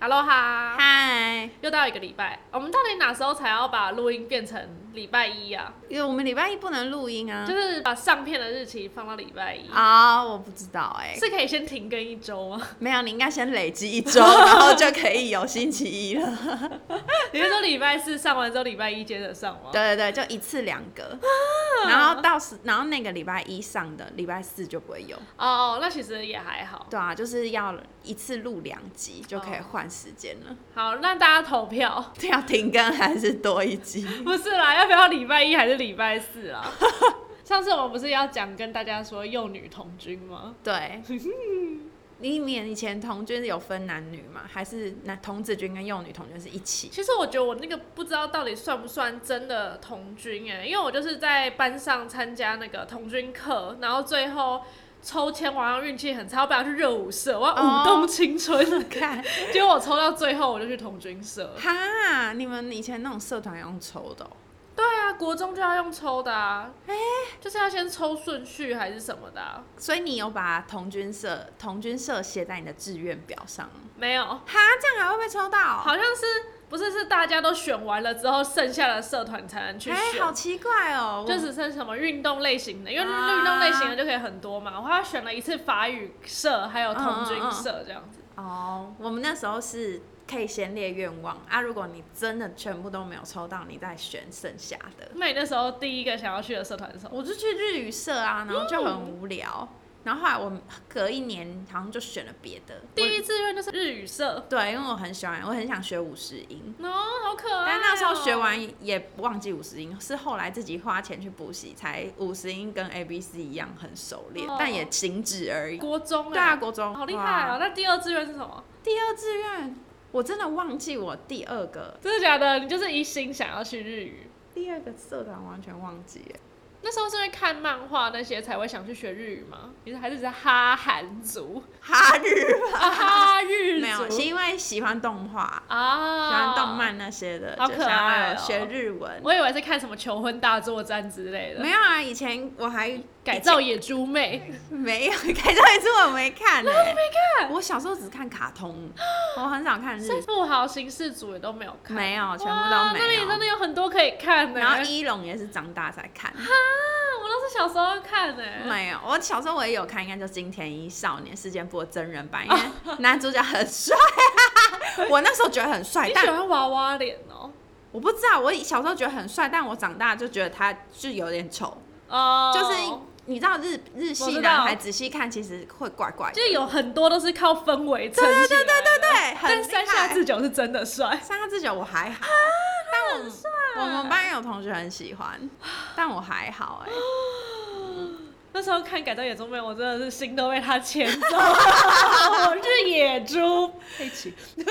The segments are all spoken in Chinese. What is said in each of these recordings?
Hello 哈， 嗨， 又到一个礼拜，我们到底哪时候才要把录音变成礼拜一啊？ 因为我们礼拜一不能录音啊。 就是把上片的日期放到礼拜一啊，我不知道是可以先停更一周吗？ 没有，你应该先累积一周，然后就可以有星期一了。 你是说礼拜四上完之后，礼拜一接着上吗？ 对对对，就一次2个，然后那个礼拜一上的，礼拜四就不会有。 哦，那其实也还好。 对啊，就是要一次录2集就可以换时间了。 好，让大家投票， 要停更还是多一集？ 不是啦，要不要礼拜一还是礼拜四啦？上次我们不是要讲跟大家说幼女童军吗？ 对。你以前童军有分男女吗？还是童子军跟幼女童军是一起？ 其实我觉得我那个不知道到底算不算真的童军因为我就是在班上参加那个童军课，然后最后抽签我好像运气很差，我本来去热舞社，我要舞动青春， 看， 结果我抽到最后我就去童军社。 哈，你们以前那种社团用抽的对啊，国中就要用抽的啊，就是要先抽顺序还是什么的啊。 所以你有把童军社写在你的志愿表上吗？ 没有。 哈，这样还会被抽到？ 好像是大家都选完了之后，剩下的社团才能去选。 好奇怪哦。 就只剩什么运动类型的，因为运动类型的就可以很多嘛。我还选了一次法语社，还有童军社这样子。 我们那时候是可以先列愿望啊，如果你真的全部都没有抽到，你再选剩下的。 那你那时候第一个想要去的社团是什么？ 我就去日语社啊，然后就很无聊。然后后来我隔1年好像就选了别的。 第一志愿就是日语社。 对，因为我很想学50音。 好可爱。 但那时候学完也忘记50音，是后来自己花钱去补习，才50音跟 ABC 一样很熟练，但也仅止而已。 国中对啊，国中。 好厉害哦！那第二志愿是什么？ 第二志愿我真的忘记我第2个。 真的假的？你就是一心想要去日语。 第2个社团完全忘记耶。 那时候是因为看漫画那些才会想去学日语吗？还是哈韩族？ 哈日吧？ 哈日族没有，是因为喜欢动画啊， 喜欢动漫那些的， 好可爱就想要学日文。 我以为是看什么求婚大作战之类的。 没有啊，以前我还改造野猪妹。 没有，改造野猪我没看那你没看？ 我小时候只看卡通，我很少看日。 富豪刑事组也都没有看。 没有，全部都没有。 那你真的有很多可以看呢。 然后一龙也是长大才看。 我都是小时候看没有，我小时候我也有看，应该就金田一少年事件簿的真人版，因为男主角很帅我那时候觉得很帅。 你喜欢娃娃脸哦？ 我不知道，我小时候觉得很帅，但我长大就觉得他就有点丑。就是你知道日系男孩仔细看其实会怪怪的， 就是有很多都是靠氛围撑起来的。 对， 但山下智久是真的帅。 山下智久我还好，但我们班有同学很喜欢，但我还好那时候看《改造野猪妹》，我真的是心都被他牵走。我是野猪，佩奇。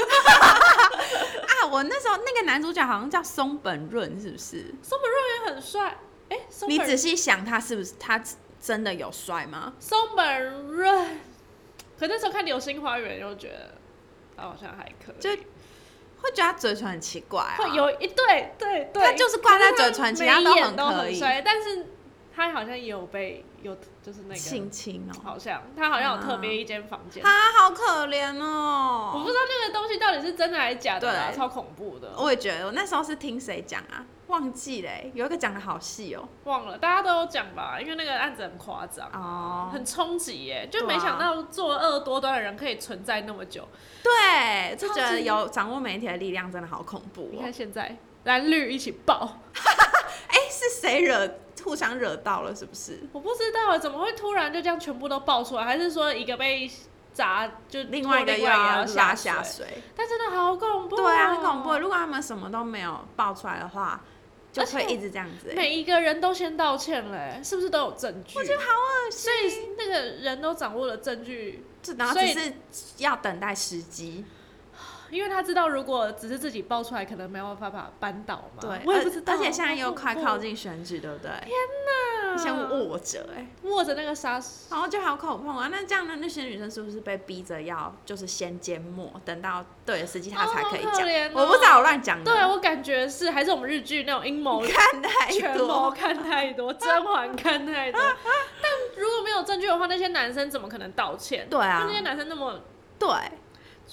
我那时候那个男主角好像叫松本润，是不是？ 松本润也很帅。 你仔细想，他是不是他真的有帅吗？ 松本润，可那时候看《流星花园》又觉得他好像还可以， 就会觉得他嘴唇很奇怪会有对， 他就是挂在嘴唇，其他都很可以。 但是他好像也有就是那个性侵好像他好像有特别一间房间。 好可怜哦！ 我不知道那个东西到底是真的还是假的超恐怖的。 我也觉得，我那时候是听谁讲啊？忘记了有一个讲的好细哦。 忘了，大家都有讲吧，因为那个案子很夸张很冲击耶，就没想到作恶多端的人可以存在那么久。 对，就觉得有掌握媒体的力量真的好恐怖你看现在蓝绿一起爆。 是谁互相惹到了是不是？ 我不知道怎么会突然就这样全部都爆出来，还是说一个被砸就另外一个又要拉下水？ 但真的好恐怖。 对啊，很恐怖。如果他们什么都没有爆出来的话，就会一直这样子。 每一个人都先道歉了是不是都有证据？ 我觉得好恶心。 所以那个人都掌握了证据， 然后只是要等待时机。 因为他知道，如果只是自己爆出来，可能没有办法扳倒嘛。 对， 我也不知道。 而且现在又快靠近选举，对不对？ 天哪！ 先握着握着那个杀手， 然后就好恐怖啊！那这样的那些女生是不是被逼着要就是先缄默，等到对的时机她才可以讲？我不知道我乱讲的。 对，我感觉是还是我们日剧那种阴谋看太多， 权谋看太多，甄嬛看太多。但如果没有证据的话，那些男生怎么可能道歉？ 对啊， 那些男生那么对。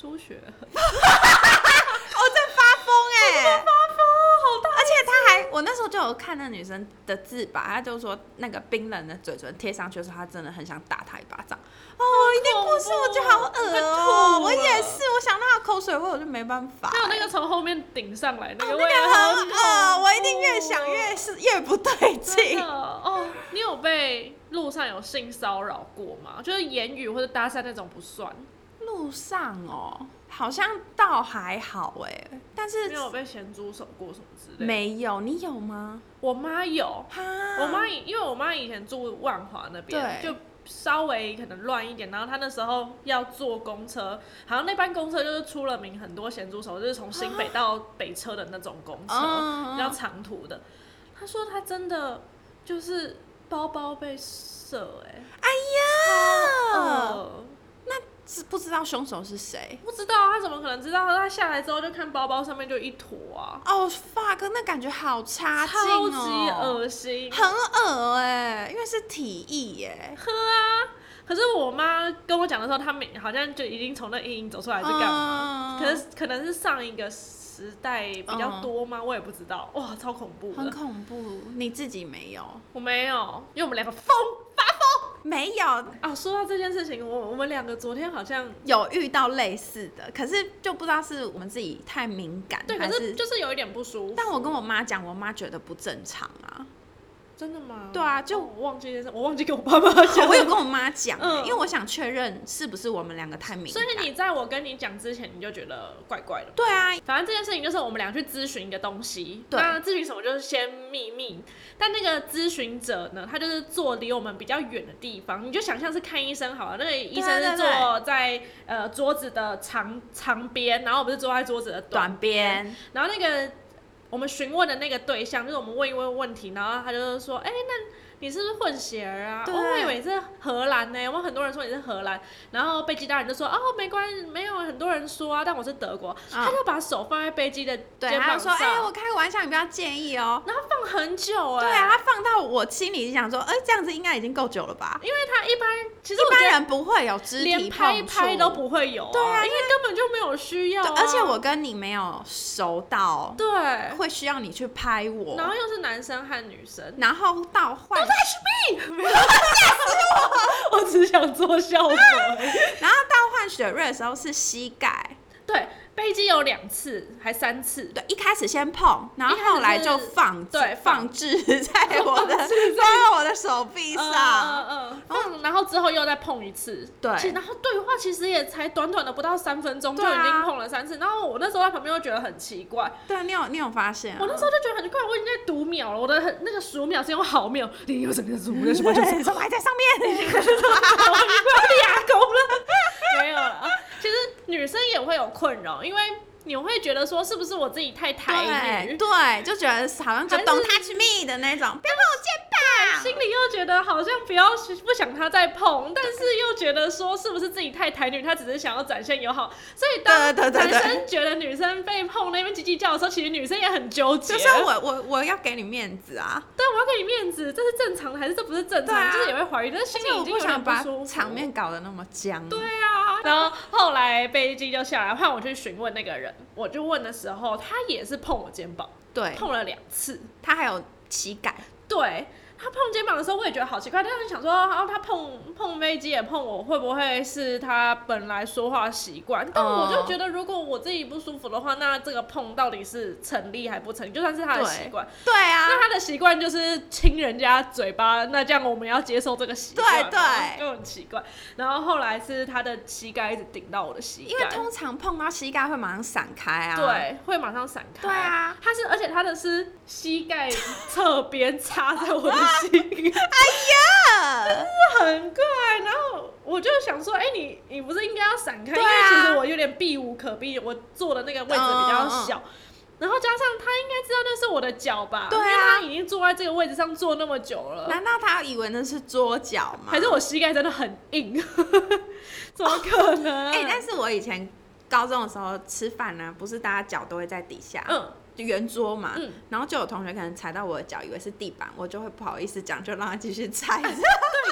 朱雪恒。 哦，这发疯哎！ 发疯，好大！ 而且他还，我那时候就有看那女生的自白，他就说那个冰冷的嘴唇贴上去的时候，他真的很想打他一巴掌。哦，一定不是，我觉得好恶哦！我也是，我想到他口水味，我就没办法。 还有那个从后面顶上来那个， 那个很恶，我一定越想越不对劲。 哦，你有被路上有性骚扰过吗？就是言语或者搭讪那种不算。 路上哦，好像倒还好哎，但是没有被咸猪手过什么之类的。 没有，你有吗？ 我妈有，因为我妈以前住万华那边，就稍微可能乱一点，然后她那时候要坐公车，好像那班公车就是出了名很多咸猪手，就是从新北到北车的那种公车，比较长途的。她说她真的就是包包被射， 哎呀， 那是不知道凶手是谁？ 不知道，他怎么可能知道？他下来之后就看包包上面就一坨啊！ 哦 fuck， 那感觉好差劲超级恶心， 很恶因为是体液耶。 喝啊！可是我妈跟我讲的时候，他们好像就已经从那阴影走出来是干嘛？可能是上一个时代比较多吗？我也不知道。哇，超恐怖的， 很恐怖。你自己没有？ 我没有，因为我们两个发疯。 没有啊！说到这件事情，我们两个昨天好像有遇到类似的，可是就不知道是我们自己太敏感， 对，可是就是有一点不舒服。 但我跟我妈讲，我妈觉得不正常啊。 真的吗？ 对啊，就我忘记我忘记跟我爸妈讲。 我有跟我妈讲，因为我想确认是不是我们两个太敏感。 所以你在我跟你讲之前，你就觉得怪怪的。 对啊， 反正这件事情就是我们俩去咨询一个东西，那咨询什么就是先秘密。但那个咨询者呢，他就是坐离我们比较远的地方，你就想象是看医生好了。那个医生是坐在桌子的长边，然后我们是坐在桌子的短边，然后那个。我们询问的那个对象，就是我们问一问问题，然后他就说：“那你是不是混血儿啊？我以为你是荷兰呢。我们很多人说你是荷兰。”然后飞机大人就说：“哦，没关系，没有很多人说啊，但我是德国。”他就把手放在飞机的肩膀上， 他说：“我开个玩笑，你不要介意哦。” 然后放很久对啊，他放到我心里想说：“这样子应该已经够久了吧？” 因为他一般人不会有肢体碰触， 连拍一拍都不会有。对啊，因为根本就没有需要。 而且我跟你没有熟到， 对， 会需要你去拍我， 然后又是男生和女生， 然后到换。 没有吓死我！我只想做效果。 然后到换雪瑞的时候是膝盖， 对，飞机有2次还3次， 对，一开始先碰，然后后来就放置在我的手臂上， 然后之后又再碰一次， 对， 然后对话其实也才短短的不到3分钟就已经碰了3次，然后我那时候在旁边就觉得很奇怪， 对，你有发现？ 我那时候就觉得很奇怪，我已经在读秒了，我的那个数秒是用毫秒，你有什么数？我的什么就是手还在上面， 你快俩狗了，没有了。其实女生也会有困扰，因为你会觉得说是不是我自己太台女？ 对，就觉得好像就 don't touch me 的那种，不要碰我肩膀， 心里又觉得好像不想他再碰，但是又觉得说是不是自己太台女，他只是想要展现友好，所以当男生觉得女生被碰那边叽叽叫的时候，其实女生也很纠结。 就是我要给你面子啊， 对，我要给你面子，这是正常的还是这不是正常？就是也会怀疑，但是心里已经有点不舒服， 场面搞得那么僵。 对啊，然后后来飞机就下来，换我去询问那个人，我就问的时候，他也是碰我肩膀， 对， 碰了2次， 他还有膝盖， 对。他碰肩膀的时候，我也觉得好奇怪，但是想说，他碰飞机也碰我，会不会是他本来说话习惯？但我就觉得，如果我自己不舒服的话，那这个碰到底是成立还不成立？就算是他的习惯， 对啊， 那他的习惯就是亲人家嘴巴，那这样我们要接受这个习惯， 对， 就很奇怪。然后后来是他的膝盖一直顶到我的膝盖， 因为通常碰到膝盖会马上闪开啊， 对，会马上闪开， 对啊， 而且他的是膝盖侧边插在我的膝盖， 哎呀， 真是很怪。然后我就想说，你不是应该要闪开？因为其实我有点避无可避，我坐的那个位置比较小。然后加上他应该知道那是我的脚吧？对啊，因为他已经坐在这个位置上坐那么久了。 难道他以为那是桌脚吗？ 还是我膝盖真的很硬？怎么可能？ 但是我以前高中的时候吃饭呢，不是大家脚都会在底下，圆桌嘛，然后就有同学可能踩到我的脚，以为是地板，我就会不好意思讲，就让他继续踩。 对，可是那个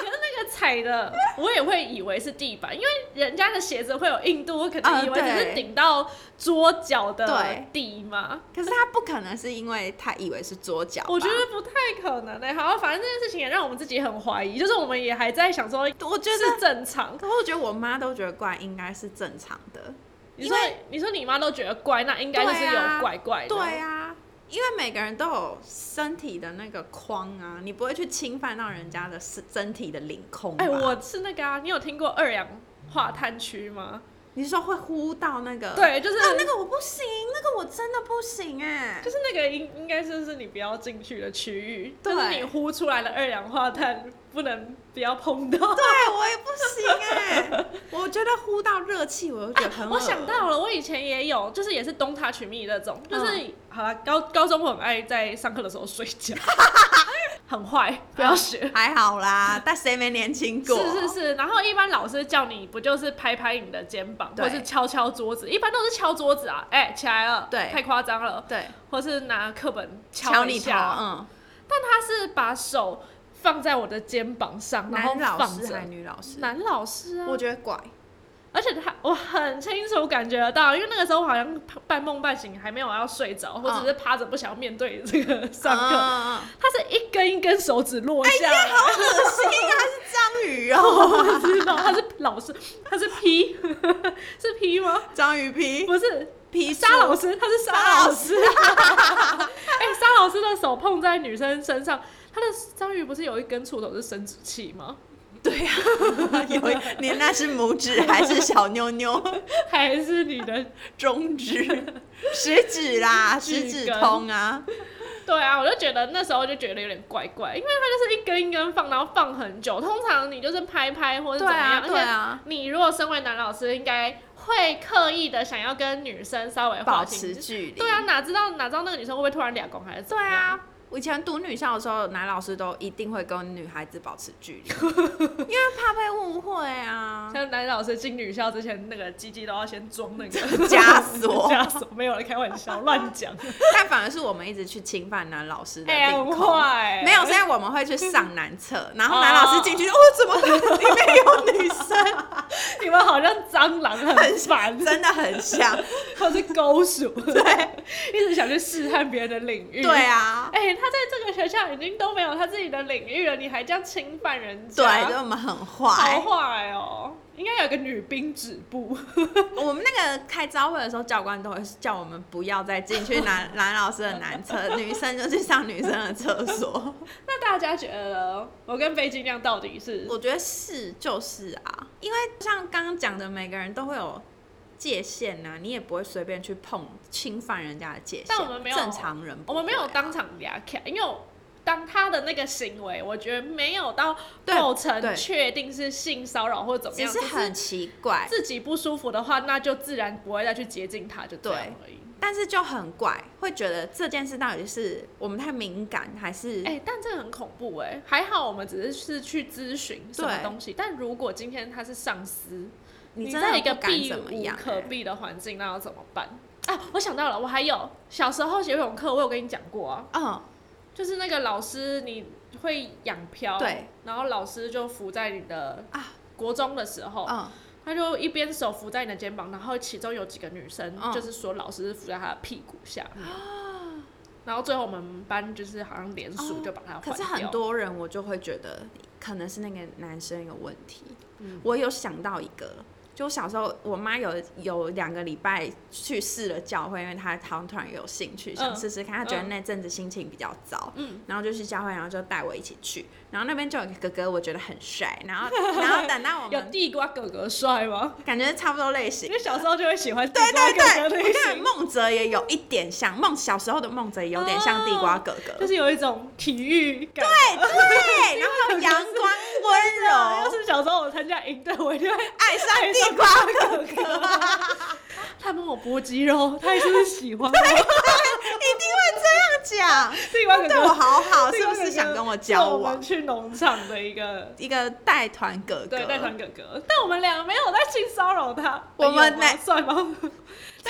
踩的我也会以为是地板，因为人家的鞋子会有硬度，我可能以为只是顶到桌脚的地嘛。 可是他不可能是因为他以为是桌脚吧， 我觉得不太可能好，反正这件事情也让我们自己很怀疑，就是我们也还在想说， 我觉得是正常。 可我觉得我妈都觉得怪，应该是正常的。 你说你妈都觉得怪，那应该就是有怪怪的。 对啊，因为每个人都有身体的那个框啊，你不会去侵犯到人家的身体的领空吧。 我是那个啊，你有听过二氧化碳区吗？ 你是说会呼到那个？ 对，就是那个我不行，那个我真的不行就是那个应该是你不要进去的区域，就是你呼出来的二氧化碳不要碰到。 对，我也不行我觉得呼到热气我就觉得很恶。 我想到了，我以前也有，就是也是东塔取蜜那种，就是好了，高中我很爱在上课的时候睡觉。很坏，不要学。 还好啦，但谁没年轻过？ 是。然后一般老师叫你，不就是拍拍你的肩膀，或是敲敲桌子？一般都是敲桌子啊，起来了，对，太夸张了， 对， 或是拿课本敲一下，但他是把手放在我的肩膀上，然后男老师还是女老师？ 男老师啊， 我觉得怪。而且我很清楚感觉得到，因为那个时候我好像半梦半醒，还没有要睡着，或者是趴着不想要面对这个上课。他是一根一根手指落下来， 好恶心啊！他是章鱼我不知道他是老师，他是 P 是 P 吗？ 章鱼 P 不是 P 沙老师，他是沙老师。沙老师的手碰在女生身上，他的章鱼不是有一根触头是生殖器吗？ 对啊，你那是拇指还是小妞妞？ 还是你的中指、食指啦，食指通啊。 对啊，我就觉得那时候就觉得有点怪怪，因为它就是一根一根放，然后放很久。通常你就是拍拍或者怎么样， 对啊。 你如果身为男老师，应该会刻意的想要跟女生稍微保持距离。 对啊，哪知道那个女生会不会突然俩公还是怎么样？ 对啊。我以前读女校的时候，男老师都一定会跟女孩子保持距离，因为怕被误会啊。 像男老师进女校之前，那个鸡鸡都要先装那个枷锁， 没有人开玩笑，乱讲。 但反而是我们一直去侵犯男老师的领空，没有，现在我们会去上男厕，然后男老师进去，怎么里面有女生？ 你们好像蟑螂，很烦， 真的很像， 或是狗鼠， 对， 一直想去试探别人的领域。 对啊， 他在这个学校已经都没有他自己的领域了，你还这样侵犯人家？ 对，我们很坏， 好坏哦。应该有个女兵止步。 我们那个开招会的时候，教官都会叫我们不要再进去男老师的男厕，女生就去上女生的厕所。 那大家觉得我跟飞机量到底是？ 我觉得就是啊，因为像刚刚讲的，每个人都会有界限啊，你也不会随便去侵犯人家的界限。 但我们没有正常人不会啊， 我们没有当场给他看，因为当他的那个行为，我觉得没有到构成确定是性骚扰或者怎么样， 只是很奇怪。 自己不舒服的话，那就自然不会再去接近他，就这样而已。 但是就很怪，会觉得这件事到底是我们太敏感，还是但这很恐怖还好我们只是去咨询什么东西，但如果今天他是上司，你在一个避无可避的环境，那要怎么办啊？我想到了，我还有小时候游泳课，我有跟你讲过啊。就是那个老师，你会仰漂，对，然后老师就扶在你的国中的时候，他就一边手扶在你的肩膀，然后其中有几个女生，就是说老师是扶在她的屁股下面，然后最后我们班就是好像联署就把它换掉。 可是很多人我就会觉得可能是那个男生有问题。我有想到一个。就小时候，我妈有2个礼拜去试了教会，因为她好像突然有兴趣想试试看，她觉得那阵子心情比较糟，然后就去教会，然后就带我一起去，然后那边就有个哥哥，我觉得很帅，然后等到我们有地瓜哥哥帅吗？ 感觉差不多类型， 因为小时候就会喜欢地瓜哥哥类型。 孟哲也有一点像小时候的孟哲也有点像地瓜哥哥， 就是有一种体育感， 对，然后阳光温柔。 要是小时候我参加营队，我一定会爱上地瓜哥哥。 他帮我剥鸡肉，他是不是喜欢我？ 对，一定会这样讲。 地瓜哥哥对我好好，是不是想跟我交往？ 我们去农场的一个带团哥哥， 对，带团哥哥。但我们俩没有在性骚扰他， 我们算吗？ 我们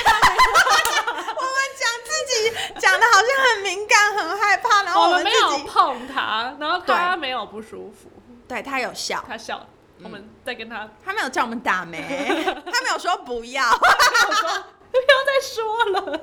自己讲的好像很敏感、很害怕，然后我们没有碰他，然后他没有不舒服。 对他有笑， 他笑，我们再跟他， 他没有叫我们打没，他没有说不要， 我说不要再说了。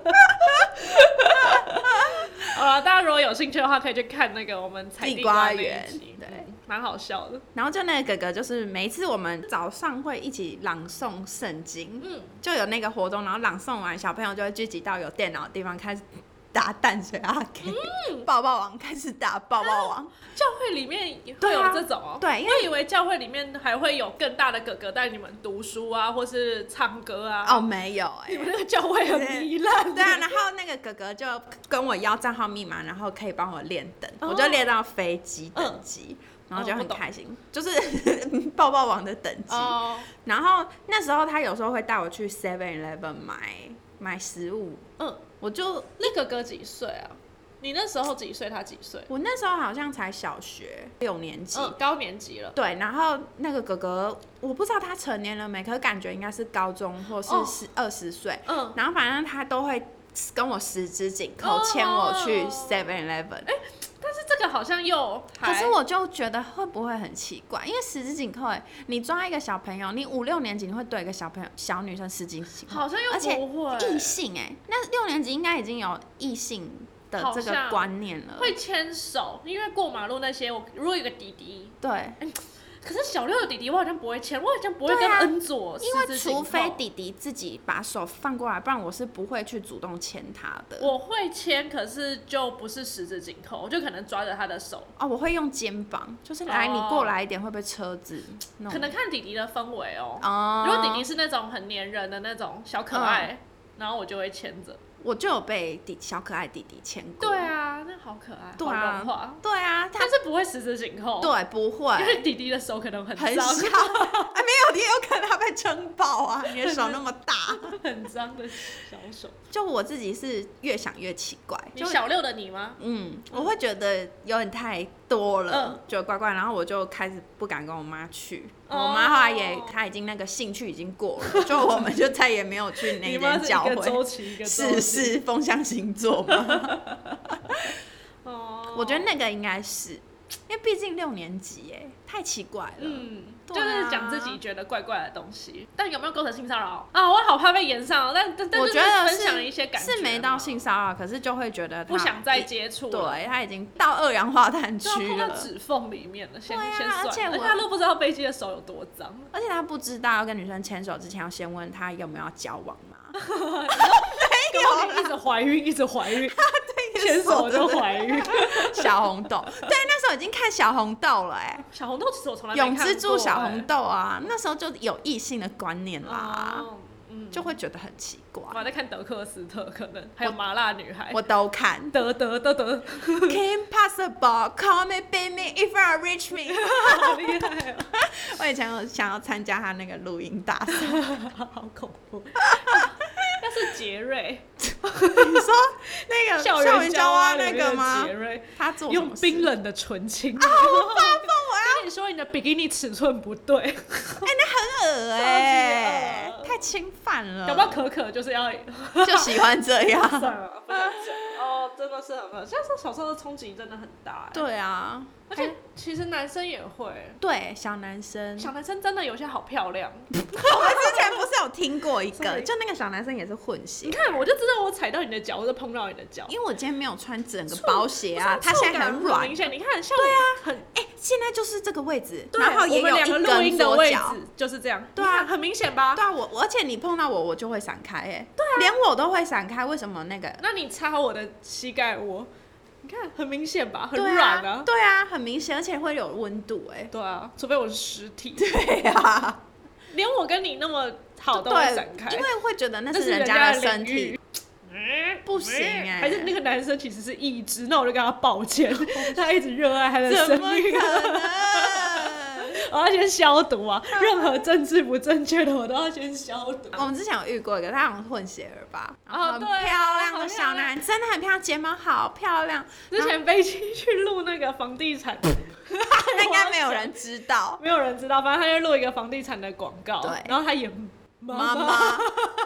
好了，大家如果有兴趣的话，可以去看那个我们采地瓜那一集，对，蛮好笑的。 然后就那个哥哥，就是每一次我们早上会一起朗诵圣经，就有那个活动，然后朗诵完，小朋友就会聚集到有电脑的地方开始打淡水阿 K，抱抱王开始打抱抱王。 教会里面会有这种哦？ 对，因为我以为教会里面还会有更大的哥哥带你们读书啊，或是唱歌啊。 哦，没有你们那个教会很糜烂。 对啊，然后那个哥哥就跟我要账号密码，然后可以帮我练等，我就练到飞机等级。然后就很开心，就是抱抱王的等级。然后那时候他有时候会带我去 7-Eleven 买食物。我就那哥哥几岁啊？你那时候几岁？他几岁？ 我那时候好像才小学6年级， 高年级了。 对，然后那个哥哥我不知道他成年了没，可是感觉应该是高中或是20岁。然后反正他都会跟我十指紧扣，牵我去 7-Eleven。 但是这个好像又可是我就觉得会不会很奇怪？因为十指紧扣，你抓一个小朋友，你5-6年级你会对一个小女生十指紧扣， 好像又不会， 而且异性那6年级应该已经有异性的这个观念了， 会牵手，因为过马路那些，如果有个弟弟， 对。 可是小6的弟弟我好像不会牵，我好像不会跟恩佐， 因为除非弟弟自己把手放过来，不然我是不会去主动牵他的。 我会牵，可是就不是十指紧扣，我就可能抓着他的手。 我会用肩膀，就是来你过来一点，会不会车子？ 可能看弟弟的氛围哦。如果弟弟是那种很黏人的那种小可爱，然后我就会牵着。 我就有被小可爱弟弟牵过。 对啊，那好可爱， 对啊， 好融化。 对啊， 但是不会十指紧扣。 对，不会， 因为弟弟的手可能很脏。 没有，你也有可能他被撑爆啊！你的手那么大， 很脏的小手。 就我自己是越想越奇怪。 你小6的你吗？ 我会觉得有点太多了，就怪怪，然后我就开始不敢跟我妈去。我妈后来她已经那个兴趣已经过了，就我们就再也没有去那间教会。 一个周期， 是风象星座吗？我觉得那个应该是，因为毕竟6年级太奇怪了。 就是讲自己觉得怪怪的东西，但有没有构成性骚扰啊？我好怕被延上，但我觉得分享一些感觉是没到性骚扰，可是就会觉得他不想再接触了。 对，他已经到2氧化碳区了， 到指缝里面了。先算， 而且他都不知道飞机的手有多脏， 而且他不知道要跟女生牵手之前要先问他有没有要交往吗？ 没有，一直怀孕，牵手就怀孕。 小红豆，对，那时候已经看小红豆了小红豆其实我从来没看过。 永之助小红豆啊，那时候就有异性的观念啦。就会觉得很奇怪。 我还在看德克斯特，可能还有麻辣女孩， 我都看。 德。 Kim Possible, call me, baby, if you reach me 。 好厉害哦！ 我以前有想要参加他那个录音大赛， 好恐怖。那是杰瑞， 你说那个校园交蛙那个吗？ 杰瑞， 他做用冰冷的纯情。 好发疯！我跟你说，你的比基尼尺寸不对。 那很恶太侵犯了。 搞不好可可就是要就喜欢这样。 算了，不想讲。真的是很恶。现在小时候的冲击真的很大。 对啊。 而且其实男生也会。 对，小男生真的有些好漂亮。 我们之前不是有听过一个，就那个小男生也是混血。 你看，我就知道我踩到你的脚，或者碰到你的脚。 因为我今天没有穿整个包鞋啊，它现在很软。 明显，你看，像对啊， 很现在就是这个位置， 然后也有一根录音的位置就是这样。对啊，很明显吧？ 对啊，而且你碰到我就会闪开对啊，连我都会闪开，为什么那个？ 那你擦我的膝盖窝。你看，很明显吧？很软啊。 对啊，很明显，而且会有温度对啊，除非我是尸体。 对啊， 连我跟你那么好都会闪开， 因为会觉得那是人家的身体。不行还是那个男生其实是异肢，那我就跟他抱歉，他一直热爱他的生命。 怎么可能？ 我要先消毒啊！任何政治不正确的，我都要先消毒。 我们之前有遇过一个，他好像混血儿吧，很对， 漂亮的小男，真的很漂亮，睫毛好漂亮。 之前飞机去录那个房地产， 那应该没有人知道， 反正他就录一个房地产的广告，然后他演妈妈， 但是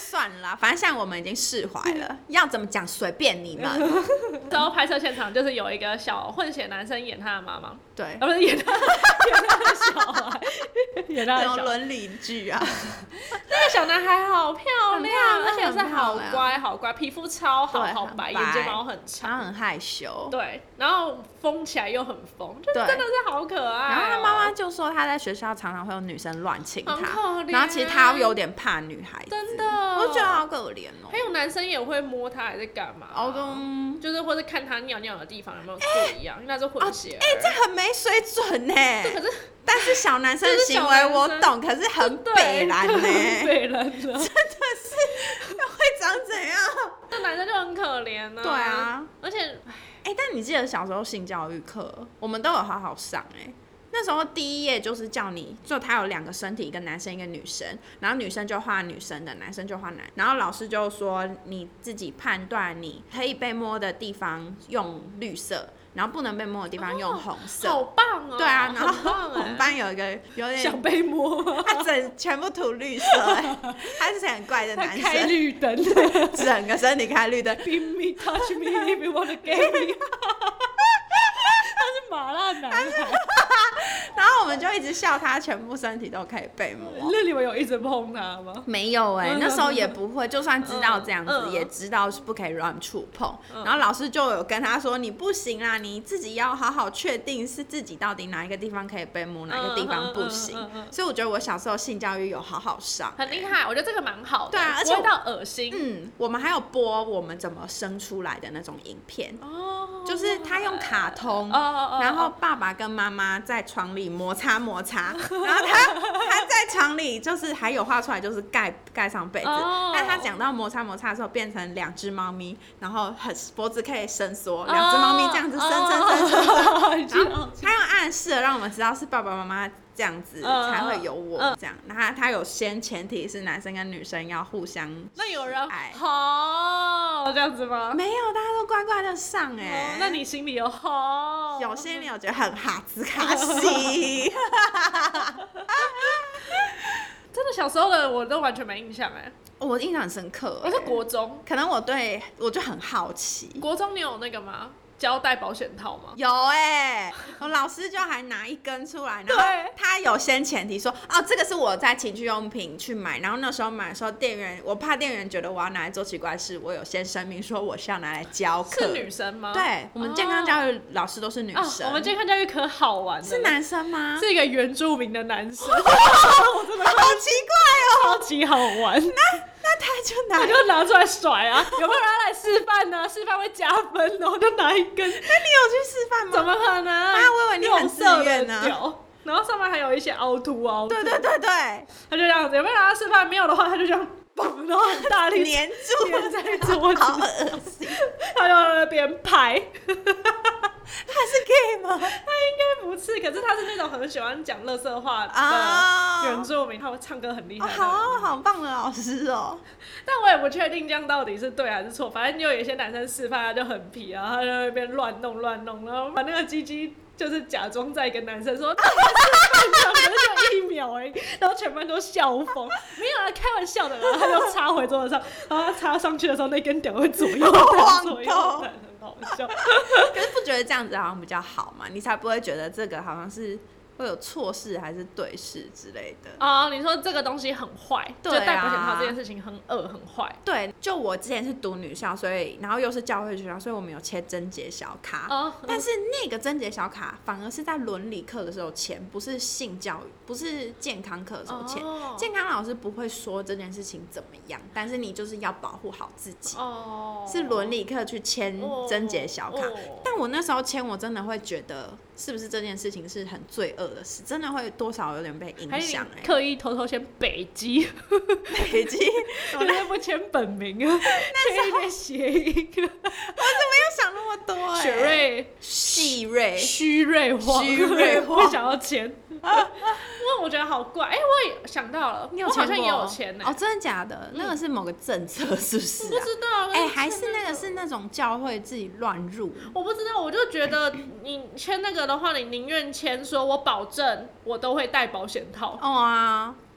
算了啦，反正现在我们已经释怀了，要怎么讲随便你们。 然后拍摄现场就是有一个小混血男生演他的妈妈， 对， 不是演他的小孩，演他的小孩。 伦理剧啊。 那个小男孩好漂亮，而且是好很漂乖好乖，皮肤超好， 对好白， 很白眼睫毛很长， 他很害羞。 对，然后疯起来又很疯，就真的是好可爱然后他妈妈就说他在学校常常会有女生乱亲他， 很可怜然后其实他有点怕女孩子， 真的， 我觉得好可怜哦。 还有男生也会摸他，还是干嘛？就是或是看他尿尿的地方有没有不一样，因为那是混血儿。 这很没水准呢。 可是， 但是小男生的行为我懂，可是很北蓝呢， 北蓝的，真的是会长怎样？ 这男生就很可怜啊。 对啊， 而且， 但你记得小时候性教育课，我们都有好好上那时候第一页就是叫你，就他有2个身体，一个男生一个女生，然后女生就画女生的，男生就画男，然后老师就说你自己判断你可以被摸的地方用绿色，然后不能被摸的地方用红色。 好棒哦！ 对啊，然后我们班有一个有点想被摸， 他全部涂绿色他是很怪的男生， 他开绿灯， 整个身体开绿灯 ，Be me, touch me, if you wanna get me 他是麻辣男孩。 然后我们就一直笑他全部身体都可以被摸。 那你们有一直碰他吗？ 没有那时候也不会，就算知道这样子，也知道是不可以乱触碰。然后老师就有跟他说，你不行啦，你自己要好好确定是自己到底哪一个地方可以被摸，哪个地方不行。所以我觉得我小时候性教育有好好上， 很厉害，我觉得这个蛮好的。 对啊，而且不会到恶心。 我们还有播我们怎么生出来的那种影片。就是他用卡通，然后爸爸跟妈妈在床里摩擦，然后他在床里就是还有画出来，就是盖上被子。但他讲到摩擦的时候，变成2只猫咪，然后脖子可以伸缩，2只猫咪这样子伸，然后他用暗示让我们知道是爸爸妈妈这样子才会有我这样。然后他有前提是男生跟女生要互相那有人爱这样子吗？ 没有，大家都乖乖的上那你心里有有心里有觉得很哈兹卡西。 真的小时候的我都完全没印象我印象很深刻。 我是国中， 可能我就很好奇。 国中你有那个吗？胶带保险套吗？ 有我老师就还拿一根出来，然后他有先前提说，这个是我在情趣用品去买，然后那时候买的时候我怕店员觉得我要拿来做奇怪事，我有先声明说我是要拿来教课。 是女生吗？ 对，我们健康教育老师都是女生。 我们健康教育可好玩的。 是男生吗？ 是一个原住民的男生。 我真的好奇怪超级好玩。 那他就拿出来甩啊！有没有人来示范呢？示范会加分，然后就拿一根。那你有去示范吗？ 怎么可能？ 我以为你很自愿呢。 然后上面还有一些凹凸。 对。 他就这样子，有没有让他示范？没有的话，他就这样嘣，然后很大力粘在桌子， 好恶心。 他就在那边拍。 他是 gay 吗？ 他应该不是，可是他是那种很喜欢讲垃圾话的原住民，他会唱歌很厉害。 好棒的老师哦！ 但我也不确定这样到底是对还是错，反正就有一些男生示范他就很皮啊，他就在那边乱弄，然后把那个鸡鸡就是假装在一个男生说，可是就1秒而已，然后全班都笑疯，没有啊，开玩笑的，然后他就插回桌子上，然后他插上去的时候，那根屌会左右弹，很好笑。 可是不觉得这样子好像比较好嘛？你才不会觉得这个好像是会有错事还是对事之类的。 你说这个东西很坏，就戴保险套这件事情很恶很坏。 对，就我之前是读女校，所以然后又是教会学校，所以我们有签贞节小卡。但是那个贞节小卡反而是在伦理课的时候签，不是性教育，不是健康课的时候签。健康老师不会说这件事情怎么样，但是你就是要保护好自己。是伦理课去签贞节小卡。但我那时候签，我真的会觉得是不是这件事情是很罪恶的事，真的会多少有点被影响。 刻意偷签北基，我那不签本名啊，签一点谐音。我怎么有想那么多？ 雪瑞、 细瑞、 虚瑞花，我想要签。因为我觉得好怪。我也想到了，我好像也有签呢。 真的假的？那个是某个政策是不是？ 我不知道。 还是那个是那种教会自己乱入？ 我不知道，我就觉得你签那个的话，你宁愿签说我保证我都会戴保险套。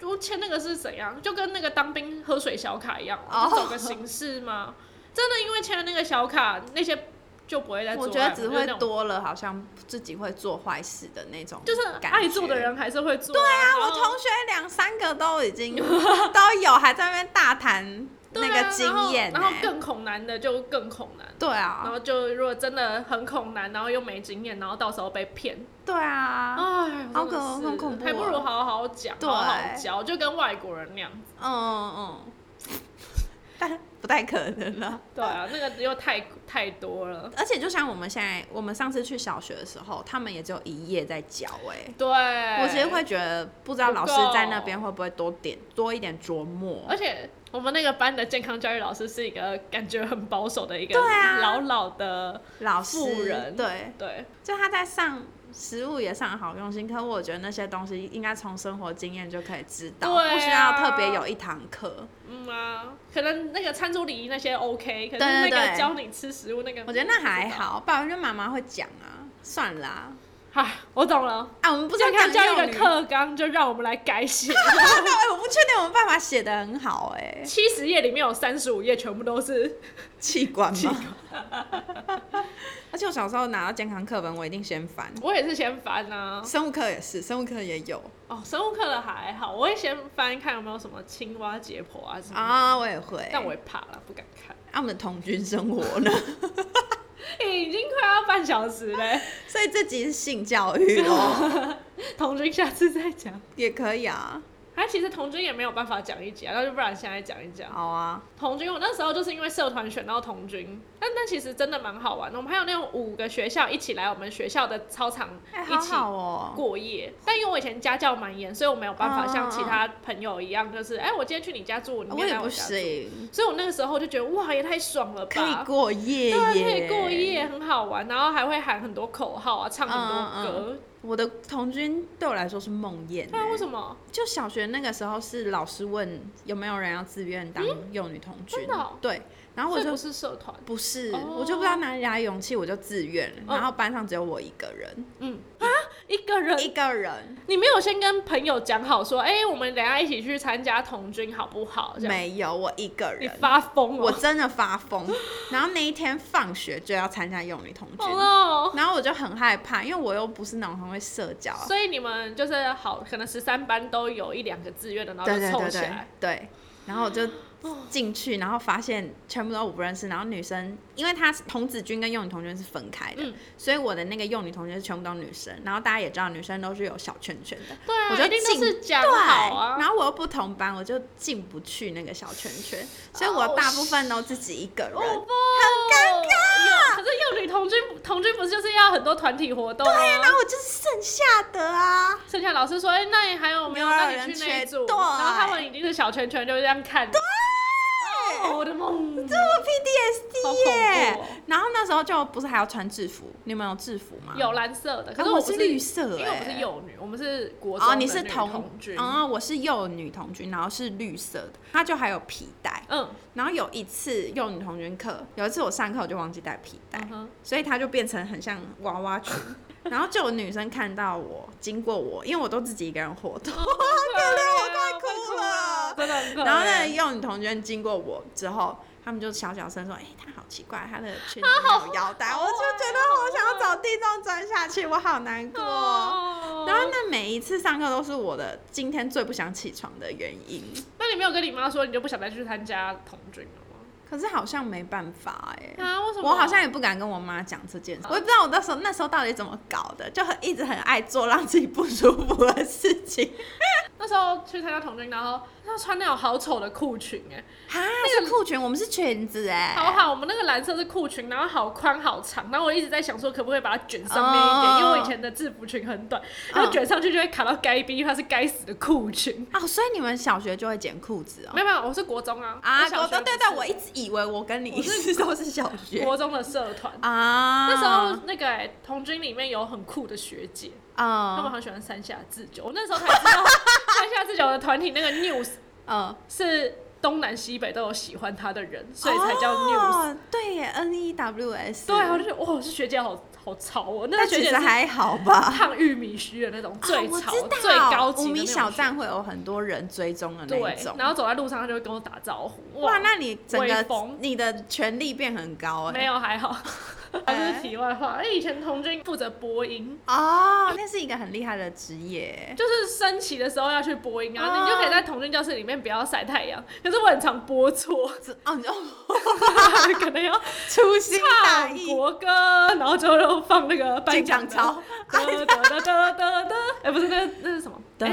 我签那个是怎样？就跟那个当兵喝水小卡一样， 哦就走个形式吗？真的因为签了那个小卡，那些就不会再做。 我觉得只会多了，好像自己会做坏事的那种， 就是爱做的人还是会做。 对啊，我同学2-3个都已经都有，还在那边大谈那个经验、 然后更恐难的就更恐难。 对啊， 然后就如果真的很恐难，然后又没经验，然后到时候被骗。 对啊， 哎， 很恐怖， 还不如好好讲，好好教，就跟外国人那样子。 但不太可能了。 对啊，那个又太多了。 而且就像我们上次去小学的时候，他们也只有1页在教对， 我其实会觉得，不知道老师在那边会不会多一点琢磨。 而且我们那个班的健康教育老师是一个感觉很保守的一个老的老妇人， 对， 就他在上食物也上得好用心，可我觉得那些东西应该从生活经验就可以知道，不需要特别有一堂课。 可能那个餐桌礼仪那些 OK， 可是那个教你吃食物那个， 我觉得那还好，不然就妈妈会讲啊，算啦。 我懂了啊，我们不是健康教育的课纲，就让我们来改写。 我不确定我们办法写得很好 70页里面有35页全部都是器官吗？而且我小时候拿到健康课本，我一定先翻。 我也是先翻啊。 生物课也是，生物课也有。 生物课的还好，我会先翻看有没有什么青蛙解剖啊什么。 我也会。 但我会怕啦，不敢看。 我们的童军生活呢？ 已经快要半小时嘞， 所以这集是性教育咯。 童军下次再讲也可以啊。 其实童军也没有办法讲一集啊，那就不然现在讲一讲。 好啊。童军我那时候就是因为社团选到童军，但其实真的蛮好玩的。我们还有那种5个学校一起来我们学校的操场一起过夜。但因为我以前家教蛮严，所以我没有办法像其他朋友一样，就是我今天去你家住，你明天来我家住。我也不行。所以我那个时候就觉得哇，也太爽了吧！ 可以过夜耶。 对，可以过夜，很好玩，然后还会喊很多口号啊，唱很多歌。 我的童军对我来说是梦魇。 为什么？ 就小学那个时候是老师问有没有人要自愿当幼女童军， 真的对，然后我就不是社团， 不是，我就不知道哪里来勇气，我就自愿了。然后班上只有我一个人， 一个人，你没有先跟朋友讲好说，我们等一下一起去参加童军好不好？ 没有，我一个人。 你发疯了！ 我真的发疯。然后那一天放学就要参加幼女童军，然后我就很害怕，因为我又不是那种很会社交。 所以你们就是可能13班都有1-2个自愿的，然后就凑起来。 对，然后我就进去，然后发现全部都我不认识，然后女生，因为她童子军跟幼女童军是分开的，所以我的那个幼女童军是全部都女生，然后大家也知道女生都是有小圈圈的， 对啊， 我就一定都是讲好啊。 然后我又不同班，我就进不去那个小圈圈，所以我大部分都自己一个人，很尴尬。 可是幼女童军不是就是要很多团体活动吗？ 对啊，然后我就是剩下的啊。 剩下老师说，那你还有没有让你去那一组？然后他们已经是小圈圈，就这样看。我的梦， 这我 PTSD 耶！然后那时候就不是还要穿制服？你们有制服吗？ 有蓝色的，可是我是绿色， 因为我不是幼女，我们是国中的女童军。 我是幼女童军，然后是绿色的，它就还有皮带。然后有一次幼女童军课，有一次我上课我就忘记带皮带，所以它就变成很像娃娃裙。然后就有女生看到我经过我，因为我都自己一个人活动，可怜我快哭了， 真的很可怜。 然后那个幼女童军经过我之后，他们就小声说：“她好奇怪，她的裙子没有腰带。”我就觉得我想要找地洞钻下去，我好难过。然后那每一次上课都是我的今天最不想起床的原因。 那你没有跟你妈说，你就不想再去参加童军了？ 可是好像没办法为什么？ 我好像也不敢跟我妈讲这件事，我也不知道我那时候到底怎么搞的，就一直很爱做让自己不舒服的事情。 那时候去参加童军，然后穿那种好丑的裤裙那个裤裙我们是裙子好，我们那个蓝色是裤裙，然后好宽好长，然后我一直在想说可不可以把它卷上面一点，因为我以前的制服裙很短，然后卷上去就会卡到该逼，因为它是该死的裤裙。 所以你们小学就会剪裤子没有，我是国中啊。 国中对，我一直以为我跟你都是小学。 国中的社团那时候那个童军里面有很酷的学姐。他们很喜欢山下智久，我那时候才知道山下智久的团体那个 news 是东南西北都有喜欢他的人，所以才叫 News。 对耶，NEWS。 对，我就觉得哇，这学姐好潮哦。那但其实还好吧， 烫玉米须的那种最潮、 最高级的那种。 无名小站会有很多人追踪的那一种。 对，然后走在路上，他就会跟我打招呼。 哇，那你整个你的权力变很高哎。 没有，还好。这是题外话，以前童军负责播音哦，那是一个很厉害的职业， 就是升旗的时候要去播音啊，你就可以在童军教室里面不要晒太阳。可是我很常播错，可能要粗心大意，唱国歌，然后之后又放那个颁奖操，不是那是什么？对，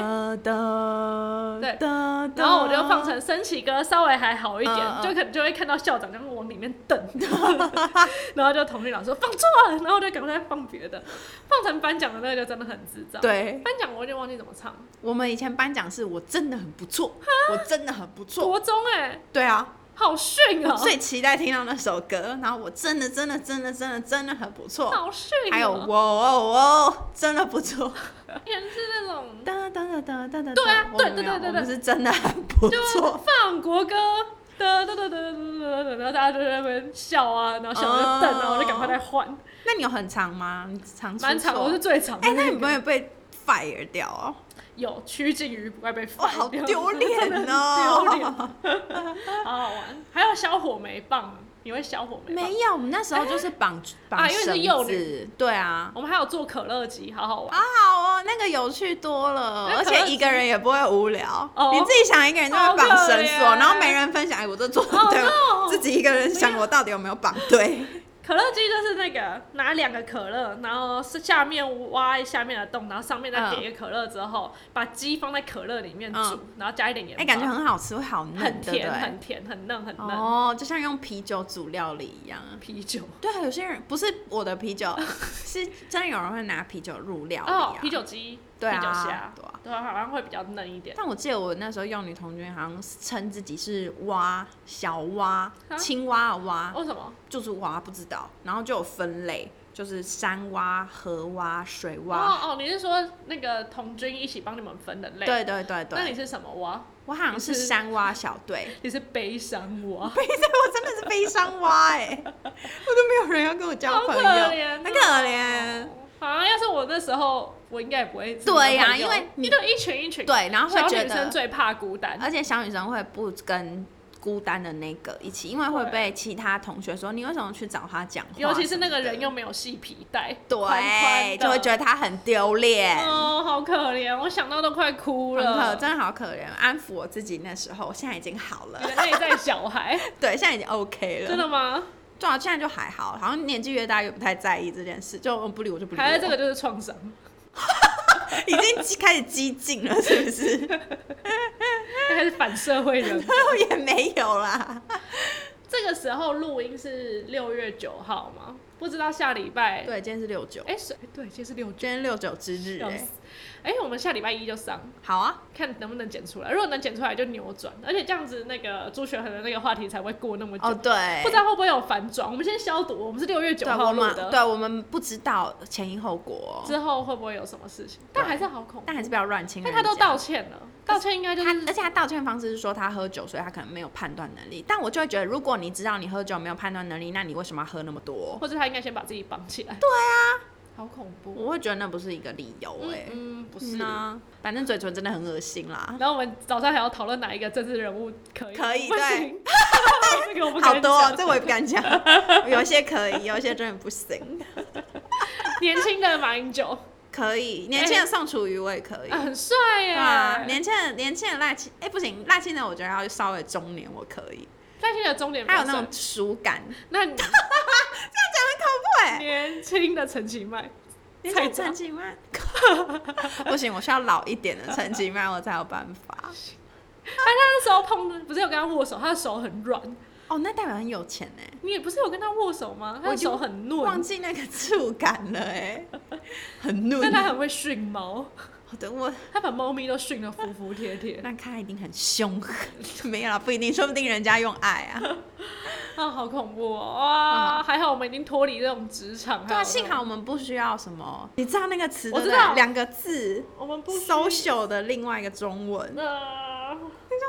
然后我就放成升旗歌，稍微还好一点，就可能就会看到校长这样往里面瞪，然后就童军老师说放错了，然后我就赶快放别的，放成颁奖的那个就真的很智障。 对， 颁奖我有点忘记怎么唱。 我们以前颁奖是我真的很不错，我真的很不错。 国中对啊。 好逊哦！ 最期待听到那首歌，然后我真的很不错， 好逊哦！ 还有我真的不错， 也是那种对啊，对， 我们是真的很不错。 放国歌，然后大家就在那边笑啊，然后笑就瞪，然后我就赶快再换。 那你有很长吗？你常蛮长，我是最长的。 那你不会被 fire 掉哦？ 有趋近于不会被 fire 掉， 好丢脸哦！ 丢脸，好好玩。还有消火梅棒，你会消火梅棒？ 没有，我们那时候就是绑因为是幼女。 对啊， 我们还有做可乐鸡，好好玩。 好好哦，那个有趣多了，而且一个人也不会无聊。你自己想一个人就会绑绳索，然后没人分享，我都做对，自己一个人想我到底有没有绑对。 可乐鸡就是那个拿2个可乐，然后是下面挖下面的洞，然后上面再叠一个可乐之后，把鸡放在可乐里面煮，然后加一点盐巴。 感觉很好吃，会好嫩， 很甜，很甜，很嫩，很嫩。 哦，就像用啤酒煮料理一样。 啤酒？ 对啊，有些人不是我的啤酒，是真的有人会拿啤酒入料理啊。 啤酒鸡。 对啊， 啤酒虾，对啊，好像会比较嫩一点。 但我记得我那时候幼女童军好像称自己是蛙，小蛙，青蛙的蛙。 为什么？ 就是蛙，不知道。然后就有分类，就是山蛙、河蛙、水蛙。 哦，你是说那个童军一起帮你们分的类？ 对。 那你是什么蛙？ 我好像是山蛙小队。 你是悲伤蛙？ 我真的是悲伤蛙我都没有人要跟我交朋友，很可怜。 好像要是我那时候，我应该也不会。 对呀，因为你都一群一群。 对，然后会觉得小女生最怕孤单， 而且小女生会不跟孤单的那个一起，因为会被其他同学说你为什么去找他讲话， 尤其是那个人又没有系皮带， 对，就会觉得他很丢脸。 哦，好可怜，我想到都快哭了， 真的好可怜。安抚我自己那时候，我现在已经好了。 你的内在小孩， 对，现在已经 OK 了。 真的吗？ 对啊，现在就还好，好像年纪越大越不太在意这件事，就不理我就不理我。 还是这个就是创伤， 已经开始激进了，是不是？ 开始反社会人， 也没有啦。 这个时候录音是6月9号吗？不知道下礼拜。 对，今天是6、9。 对，今天是6、9。 今天6、9之日我们下礼拜1就上。 好啊， 看能不能剪出来。如果能剪出来就扭转，而且这样子那个朱学恒的那个话题才会过那么久。 哦，对。 不知道会不会有反转？我们先消毒，我们是6月9号录的。 对，我们不知道前因后果。 之后会不会有什么事情？但还是好恐怖。 但还是不要乱亲人家。 但他都道歉了，道歉应该就是。 而且他道歉的方式是说他喝酒，所以他可能没有判断能力。但我就会觉得，如果你知道你喝酒没有判断能力，那你为什么要喝那么多？ 或者他应该先把自己绑起来。 对啊。 好恐怖！ 我会觉得那不是一个理由不是啊，反正嘴唇真的很恶心啦。 然后我们早上还要讨论哪一个政治人物可以，对，这个我不敢讲。 好多，这我也不敢讲。有些可以，有些真的不行。 年轻的马英九可以，年轻的宋楚瑜我也可以， 很帅耶。 啊，年轻的赖清，不行，赖清德我觉得要稍微中年，我可以。 赖清德中年， 还有那种熟感。 那你这样讲很恐怖年轻的陈其迈， 陈其迈，不行，我需要老一点的陈其迈，我才有办法。他那时候不是有跟他握手，他的手很软。 哦，那代表很有钱你也不是有跟他握手吗？他的手很嫩， 忘记那个触感了很嫩。 但他很会训猫。 他把猫咪都训得服服帖帖， 那看一定很凶狠。没有啦，不一定，说不定人家用爱啊。 好恐怖哇！还好我们已经脱离这种职场。 对啊，幸好我们不需要什么，你知道那个词？ 我知道 2个字， 我们不 social 的另外一个中文。 那叫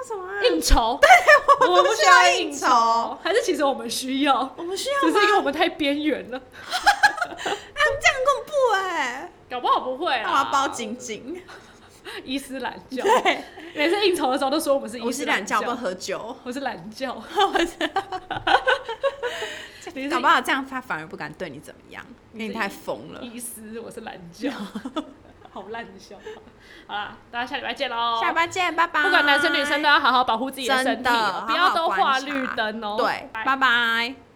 什么啊？ 应酬，对，我们不需要应酬，还是其实我们需要？ 我们需要吗？ 只是因为我们太边缘了。 这样很恐怖哎！ 搞不好不会啊。 我要包紧紧。 伊斯兰教， 对， 每次应酬的时候都说我们是伊斯兰教， 我是懒觉不喝酒， 我是懒觉。 搞不好这样他反而不敢对你怎么样，因为你太疯了。 伊斯，我是懒觉，好烂的笑话。好啦，大家下礼拜见喽！ 下礼拜见，拜拜。 不管男生女生都要好好保护自己的身体，不要都画绿灯哦。 对，拜拜。